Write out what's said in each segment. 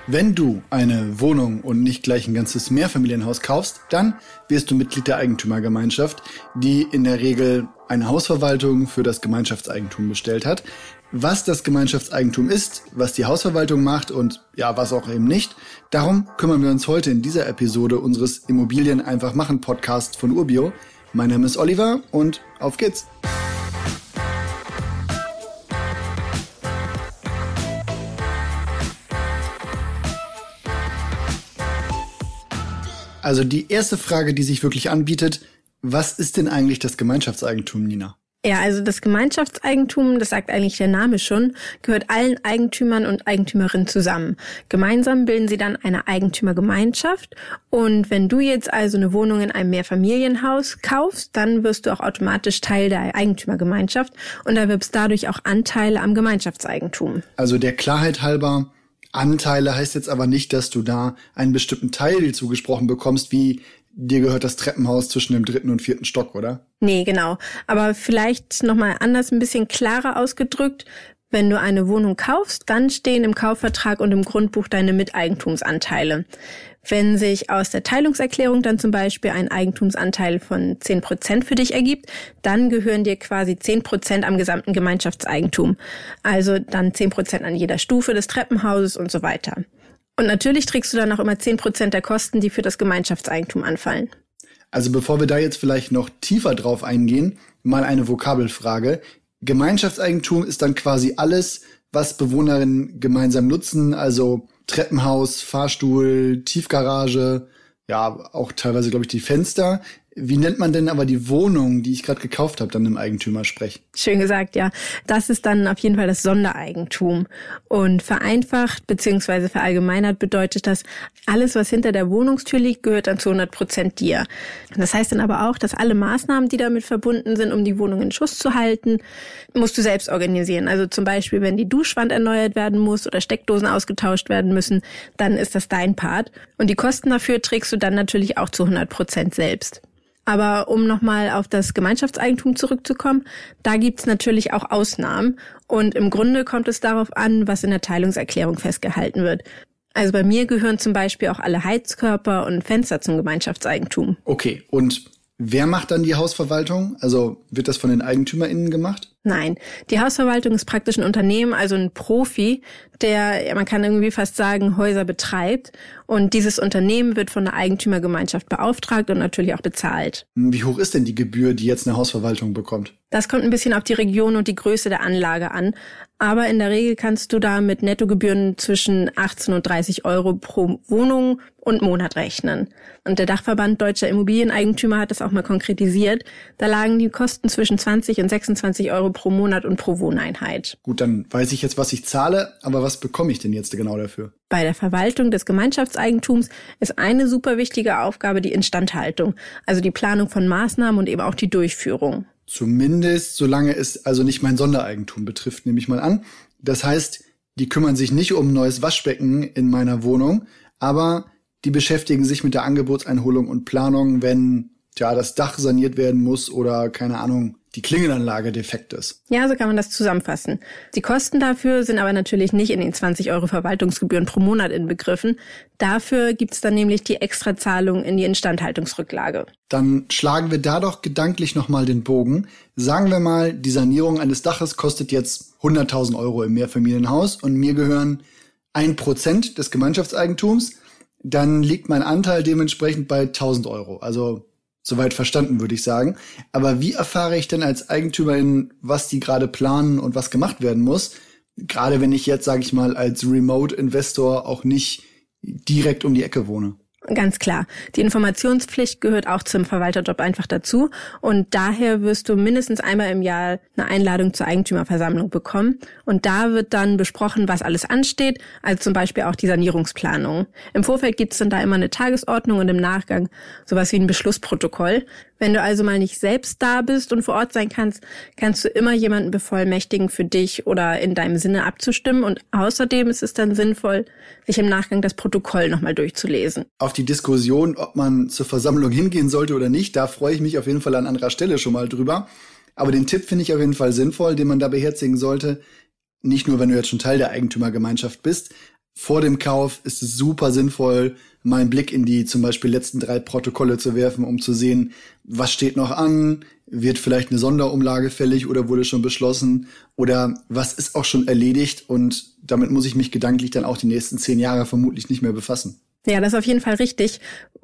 Wenn du eine Wohnung und nicht gleich ein ganzes Mehrfamilienhaus kaufst, dann wirst du Mitglied der Eigentümergemeinschaft, die in der Regel eine Hausverwaltung für das Gemeinschaftseigentum bestellt hat. Was das Gemeinschaftseigentum ist, was die Hausverwaltung macht und ja, was auch eben nicht, darum kümmern wir uns heute in dieser Episode unseres Immobilien einfach machen Podcast von Urbio. Mein Name ist Oliver und auf geht's! Also die erste Frage, die sich wirklich anbietet, was ist denn eigentlich das Gemeinschaftseigentum, Nina? Ja, also das Gemeinschaftseigentum, das sagt eigentlich der Name schon, gehört allen Eigentümern und Eigentümerinnen zusammen. Gemeinsam bilden sie dann eine Eigentümergemeinschaft. Und wenn du jetzt also eine Wohnung in einem Mehrfamilienhaus kaufst, dann wirst du auch automatisch Teil der Eigentümergemeinschaft und erwirbst dadurch auch Anteile am Gemeinschaftseigentum. Also der Klarheit halber, Anteile heißt jetzt aber nicht, dass du da einen bestimmten Teil zugesprochen bekommst, wie dir gehört das Treppenhaus zwischen dem 3. und 4. Stock, oder? Nee, genau. Aber vielleicht nochmal anders, ein bisschen klarer ausgedrückt. Wenn du eine Wohnung kaufst, dann stehen im Kaufvertrag und im Grundbuch deine Miteigentumsanteile. Wenn sich aus der Teilungserklärung dann zum Beispiel ein Eigentumsanteil von 10% für dich ergibt, dann gehören dir quasi 10% am gesamten Gemeinschaftseigentum. Also dann 10% an jeder Stufe des Treppenhauses und so weiter. Und natürlich trägst du dann auch immer 10% der Kosten, die für das Gemeinschaftseigentum anfallen. Also bevor wir da jetzt vielleicht noch tiefer drauf eingehen, mal eine Vokabelfrage. Gemeinschaftseigentum ist dann quasi alles, was Bewohnerinnen gemeinsam nutzen, also Treppenhaus, Fahrstuhl, Tiefgarage, ja, auch teilweise, glaube ich, die Fenster. Wie nennt man denn aber die Wohnung, die ich gerade gekauft habe, dann im Eigentümersprech? Schön gesagt, ja. Das ist dann auf jeden Fall das Sondereigentum. Und vereinfacht bzw. verallgemeinert bedeutet das, alles, was hinter der Wohnungstür liegt, gehört dann zu 100% dir. Das heißt dann aber auch, dass alle Maßnahmen, die damit verbunden sind, um die Wohnung in Schuss zu halten, musst du selbst organisieren. Also zum Beispiel, wenn die Duschwand erneuert werden muss oder Steckdosen ausgetauscht werden müssen, dann ist das dein Part. Und die Kosten dafür trägst du dann natürlich auch zu 100% selbst. Aber um nochmal auf das Gemeinschaftseigentum zurückzukommen, da gibt's natürlich auch Ausnahmen. Und im Grunde kommt es darauf an, was in der Teilungserklärung festgehalten wird. Also bei mir gehören zum Beispiel auch alle Heizkörper und Fenster zum Gemeinschaftseigentum. Okay, und wer macht dann die Hausverwaltung? Also wird das von den EigentümerInnen gemacht? Nein, die Hausverwaltung ist praktisch ein Unternehmen, also ein Profi, der, ja, man kann irgendwie fast sagen, Häuser betreibt. Und dieses Unternehmen wird von der Eigentümergemeinschaft beauftragt und natürlich auch bezahlt. Wie hoch ist denn die Gebühr, die jetzt eine Hausverwaltung bekommt? Das kommt ein bisschen auf die Region und die Größe der Anlage an. Aber in der Regel kannst du da mit Nettogebühren zwischen 18 und 30 Euro pro Wohnung und Monat rechnen. Und der Dachverband Deutscher Immobilieneigentümer hat das auch mal konkretisiert. Da lagen die Kosten zwischen 20 und 26 Euro pro Monat und pro Wohneinheit. Gut, dann weiß ich jetzt, was ich zahle, aber was bekomme ich denn jetzt genau dafür? Bei der Verwaltung des Gemeinschaftseigentums ist eine super wichtige Aufgabe die Instandhaltung, also die Planung von Maßnahmen und eben auch die Durchführung. Zumindest, solange es also nicht mein Sondereigentum betrifft, nehme ich mal an. Das heißt, die kümmern sich nicht um ein neues Waschbecken in meiner Wohnung, aber die beschäftigen sich mit der Angebotseinholung und Planung, wenn das Dach saniert werden muss oder, keine Ahnung, die Klingelanlage defekt ist. Ja, so kann man das zusammenfassen. Die Kosten dafür sind aber natürlich nicht in den 20 Euro Verwaltungsgebühren pro Monat inbegriffen. Dafür gibt's dann nämlich die Extrazahlung in die Instandhaltungsrücklage. Dann schlagen wir da doch gedanklich nochmal den Bogen. Sagen wir mal, die Sanierung eines Daches kostet jetzt 100.000 Euro im Mehrfamilienhaus und mir gehören 1% des Gemeinschaftseigentums. Dann liegt mein Anteil dementsprechend bei 1.000 Euro. Also soweit verstanden, würde ich sagen. Aber wie erfahre ich denn als Eigentümerin, was die gerade planen und was gemacht werden muss? Gerade wenn ich jetzt, sage ich mal, als Remote-Investor auch nicht direkt um die Ecke wohne. Ganz klar. Die Informationspflicht gehört auch zum Verwalterjob einfach dazu. Und daher wirst du mindestens einmal im Jahr eine Einladung zur Eigentümerversammlung bekommen. Und da wird dann besprochen, was alles ansteht, also zum Beispiel auch die Sanierungsplanung. Im Vorfeld gibt es dann da immer eine Tagesordnung und im Nachgang sowas wie ein Beschlussprotokoll. Wenn du also mal nicht selbst da bist und vor Ort sein kannst, kannst du immer jemanden bevollmächtigen, für dich oder in deinem Sinne abzustimmen. Und außerdem ist es dann sinnvoll, sich im Nachgang das Protokoll nochmal durchzulesen. Auf die Diskussion, ob man zur Versammlung hingehen sollte oder nicht, da freue ich mich auf jeden Fall an anderer Stelle schon mal drüber. Aber den Tipp finde ich auf jeden Fall sinnvoll, den man da beherzigen sollte. Nicht nur, wenn du jetzt schon Teil der Eigentümergemeinschaft bist. vor dem Kauf ist es super sinnvoll, mal einen Blick in die zum Beispiel letzten 3 Protokolle zu werfen, um zu sehen, was steht noch an, wird vielleicht eine Sonderumlage fällig oder wurde schon beschlossen oder was ist auch schon erledigt und damit muss ich mich gedanklich dann auch die nächsten 10 Jahre vermutlich nicht mehr befassen. Ja, das ist auf jeden Fall richtig.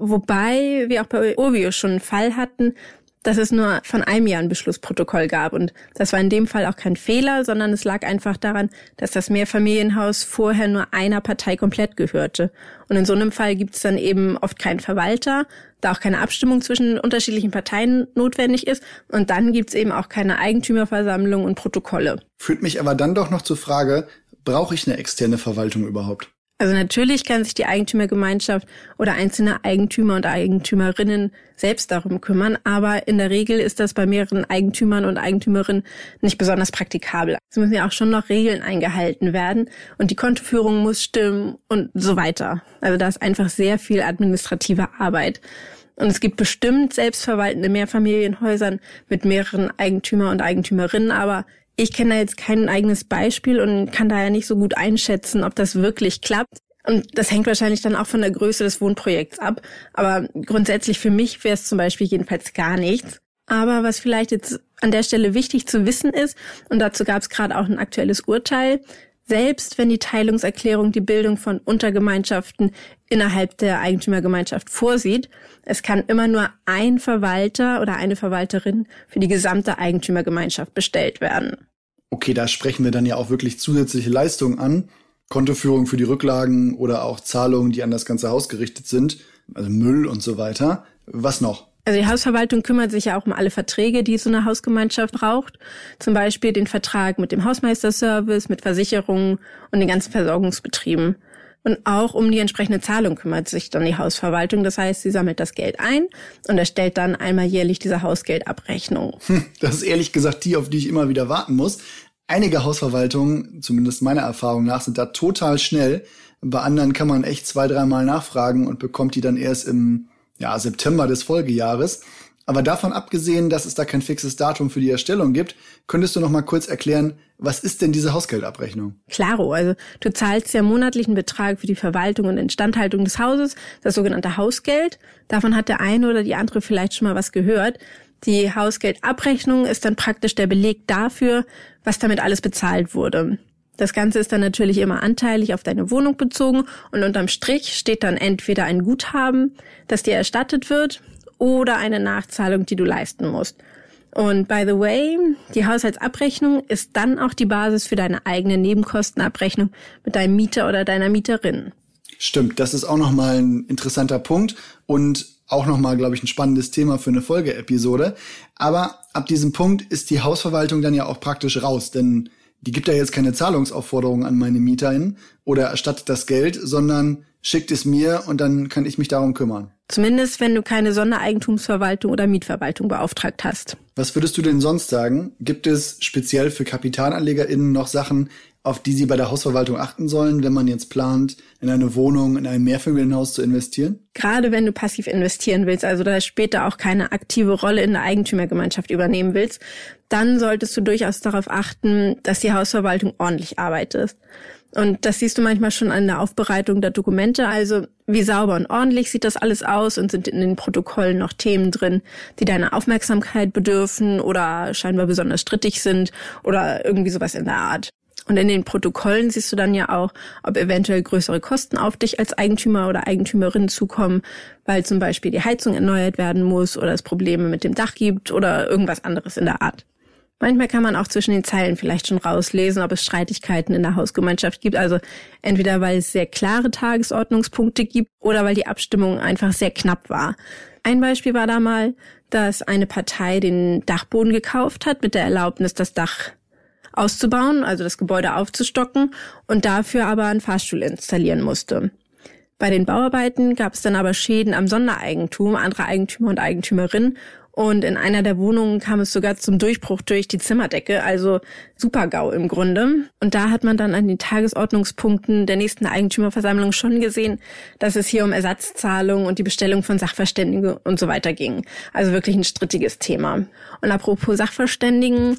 Wobei wir auch bei Urbio schon einen Fall hatten, dass es nur von einem Jahr ein Beschlussprotokoll gab. Und das war in dem Fall auch kein Fehler, sondern es lag einfach daran, dass das Mehrfamilienhaus vorher nur einer Partei komplett gehörte. Und in so einem Fall gibt es dann eben oft keinen Verwalter, da auch keine Abstimmung zwischen unterschiedlichen Parteien notwendig ist. Und dann gibt es eben auch keine Eigentümerversammlung und Protokolle. Führt mich aber dann doch noch zur Frage, brauche ich eine externe Verwaltung überhaupt? Also natürlich kann sich die Eigentümergemeinschaft oder einzelne Eigentümer und Eigentümerinnen selbst darum kümmern, aber in der Regel ist das bei mehreren Eigentümern und Eigentümerinnen nicht besonders praktikabel. Es müssen ja auch schon noch Regeln eingehalten werden und die Kontoführung muss stimmen und so weiter. Also da ist einfach sehr viel administrative Arbeit. Und es gibt bestimmt selbstverwaltende Mehrfamilienhäusern mit mehreren Eigentümer und Eigentümerinnen, aber ich kenne da jetzt kein eigenes Beispiel und kann daher nicht so gut einschätzen, ob das wirklich klappt. Und das hängt wahrscheinlich dann auch von der Größe des Wohnprojekts ab. Aber grundsätzlich für mich wäre es zum Beispiel jedenfalls gar nichts. Aber was vielleicht jetzt an der Stelle wichtig zu wissen ist, und dazu gab es gerade auch ein aktuelles Urteil, selbst wenn die Teilungserklärung die Bildung von Untergemeinschaften innerhalb der Eigentümergemeinschaft vorsieht, es kann immer nur ein Verwalter oder eine Verwalterin für die gesamte Eigentümergemeinschaft bestellt werden. Okay, da sprechen wir dann ja auch wirklich zusätzliche Leistungen an. Kontoführung für die Rücklagen oder auch Zahlungen, die an das ganze Haus gerichtet sind, also Müll und so weiter. Was noch? Also die Hausverwaltung kümmert sich ja auch um alle Verträge, die so eine Hausgemeinschaft braucht. Zum Beispiel den Vertrag mit dem Hausmeisterservice, mit Versicherungen und den ganzen Versorgungsbetrieben. Und auch um die entsprechende Zahlung kümmert sich dann die Hausverwaltung. Das heißt, sie sammelt das Geld ein und erstellt dann einmal jährlich diese Hausgeldabrechnung. Das ist ehrlich gesagt die, auf die ich immer wieder warten muss. Einige Hausverwaltungen, zumindest meiner Erfahrung nach, sind da total schnell. Bei anderen kann man echt 2-3 Mal nachfragen und bekommt die dann erst im September des Folgejahres. Aber davon abgesehen, dass es da kein fixes Datum für die Erstellung gibt, könntest du noch mal kurz erklären, was ist denn diese Hausgeldabrechnung? Klaro, also du zahlst ja monatlichen Betrag für die Verwaltung und Instandhaltung des Hauses, das sogenannte Hausgeld. Davon hat der eine oder die andere vielleicht schon mal was gehört. Die Hausgeldabrechnung ist dann praktisch der Beleg dafür, was damit alles bezahlt wurde. Das Ganze ist dann natürlich immer anteilig auf deine Wohnung bezogen und unterm Strich steht dann entweder ein Guthaben, das dir erstattet wird, oder eine Nachzahlung, die du leisten musst. Und by the way, die Haushaltsabrechnung ist dann auch die Basis für deine eigene Nebenkostenabrechnung mit deinem Mieter oder deiner Mieterin. Stimmt, das ist auch nochmal ein interessanter Punkt und auch nochmal, glaube ich, ein spannendes Thema für eine Folgeepisode. Aber ab diesem Punkt ist die Hausverwaltung dann ja auch praktisch raus, denn die gibt ja jetzt keine Zahlungsaufforderung an meine MieterInnen oder erstattet das Geld, sondern schickt es mir und dann kann ich mich darum kümmern. Zumindest, wenn du keine Sondereigentumsverwaltung oder Mietverwaltung beauftragt hast. Was würdest du denn sonst sagen? Gibt es speziell für KapitalanlegerInnen noch Sachen, auf die sie bei der Hausverwaltung achten sollen, wenn man jetzt plant, in eine Wohnung, in ein Mehrfamilienhaus zu investieren? Gerade wenn du passiv investieren willst, also da später auch keine aktive Rolle in der Eigentümergemeinschaft übernehmen willst, dann solltest du durchaus darauf achten, dass die Hausverwaltung ordentlich arbeitet. Und das siehst du manchmal schon an der Aufbereitung der Dokumente. Also wie sauber und ordentlich sieht das alles aus und sind in den Protokollen noch Themen drin, die deiner Aufmerksamkeit bedürfen oder scheinbar besonders strittig sind oder irgendwie sowas in der Art. Und in den Protokollen siehst du dann ja auch, ob eventuell größere Kosten auf dich als Eigentümer oder Eigentümerin zukommen, weil zum Beispiel die Heizung erneuert werden muss oder es Probleme mit dem Dach gibt oder irgendwas anderes in der Art. Manchmal kann man auch zwischen den Zeilen vielleicht schon rauslesen, ob es Streitigkeiten in der Hausgemeinschaft gibt. Also entweder weil es sehr klare Tagesordnungspunkte gibt oder weil die Abstimmung einfach sehr knapp war. Ein Beispiel war da mal, dass eine Partei den Dachboden gekauft hat mit der Erlaubnis, das Dach auszubauen, also das Gebäude aufzustocken und dafür aber einen Fahrstuhl installieren musste. Bei den Bauarbeiten gab es dann aber Schäden am Sondereigentum anderer Eigentümer und Eigentümerinnen und in einer der Wohnungen kam es sogar zum Durchbruch durch die Zimmerdecke, also Super-GAU im Grunde. Und da hat man dann an den Tagesordnungspunkten der nächsten Eigentümerversammlung schon gesehen, dass es hier um Ersatzzahlungen und die Bestellung von Sachverständigen und so weiter ging. Also wirklich ein strittiges Thema. Und apropos Sachverständigen,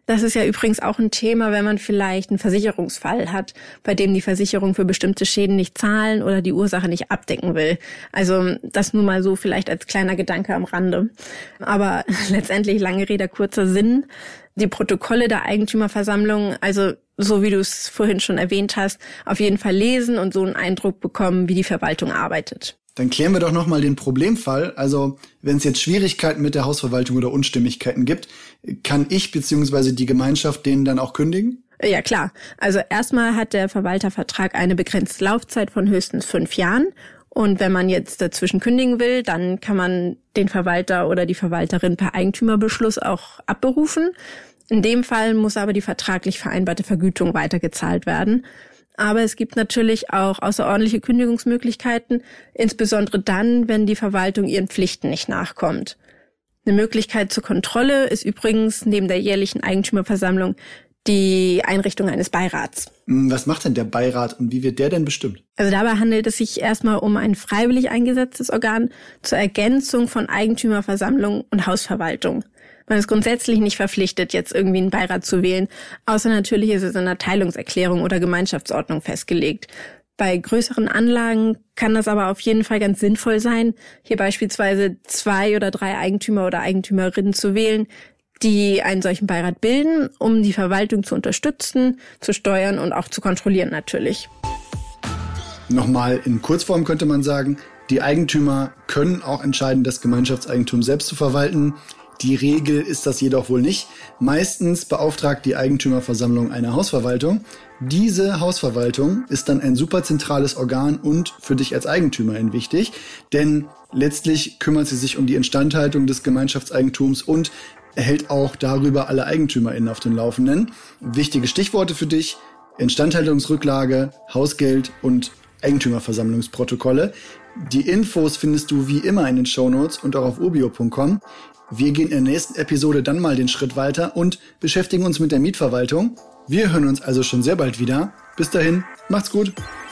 Das ist ja übrigens auch ein Thema, wenn man vielleicht einen Versicherungsfall hat, bei dem die Versicherung für bestimmte Schäden nicht zahlen oder die Ursache nicht abdecken will. Also das nur mal so vielleicht als kleiner Gedanke am Rande. Aber letztendlich, lange Rede, kurzer Sinn. Die Protokolle der Eigentümerversammlung, also so wie du es vorhin schon erwähnt hast, auf jeden Fall lesen und so einen Eindruck bekommen, wie die Verwaltung arbeitet. Dann klären wir doch nochmal den Problemfall. Also wenn es jetzt Schwierigkeiten mit der Hausverwaltung oder Unstimmigkeiten gibt, kann ich bzw. die Gemeinschaft denen dann auch kündigen? Ja, klar. Also erstmal hat der Verwaltervertrag eine begrenzte Laufzeit von höchstens 5 Jahren. Und wenn man jetzt dazwischen kündigen will, dann kann man den Verwalter oder die Verwalterin per Eigentümerbeschluss auch abberufen. In dem Fall muss aber die vertraglich vereinbarte Vergütung weitergezahlt werden. Aber es gibt natürlich auch außerordentliche Kündigungsmöglichkeiten, insbesondere dann, wenn die Verwaltung ihren Pflichten nicht nachkommt. Eine Möglichkeit zur Kontrolle ist übrigens neben der jährlichen Eigentümerversammlung die Einrichtung eines Beirats. Was macht denn der Beirat und wie wird der denn bestimmt? Also dabei handelt es sich erstmal um ein freiwillig eingesetztes Organ zur Ergänzung von Eigentümerversammlung und Hausverwaltung. Man ist grundsätzlich nicht verpflichtet, jetzt irgendwie einen Beirat zu wählen, außer natürlich ist es in einer Teilungserklärung oder Gemeinschaftsordnung festgelegt. Bei größeren Anlagen kann das aber auf jeden Fall ganz sinnvoll sein, hier beispielsweise 2 oder 3 Eigentümer oder Eigentümerinnen zu wählen, die einen solchen Beirat bilden, um die Verwaltung zu unterstützen, zu steuern und auch zu kontrollieren natürlich. Nochmal in Kurzform könnte man sagen, die Eigentümer können auch entscheiden, das Gemeinschaftseigentum selbst zu verwalten. Die Regel ist das jedoch wohl nicht. Meistens beauftragt die Eigentümerversammlung eine Hausverwaltung. Diese Hausverwaltung ist dann ein super zentrales Organ und für dich als Eigentümerin wichtig, denn letztlich kümmert sie sich um die Instandhaltung des Gemeinschaftseigentums und erhält auch darüber alle EigentümerInnen auf dem Laufenden. Wichtige Stichworte für dich: Instandhaltungsrücklage, Hausgeld und Eigentümerversammlungsprotokolle. Die Infos findest du wie immer in den Shownotes und auch auf urbio.com. Wir gehen in der nächsten Episode dann mal den Schritt weiter und beschäftigen uns mit der Mietverwaltung. Wir hören uns also schon sehr bald wieder. Bis dahin, macht's gut!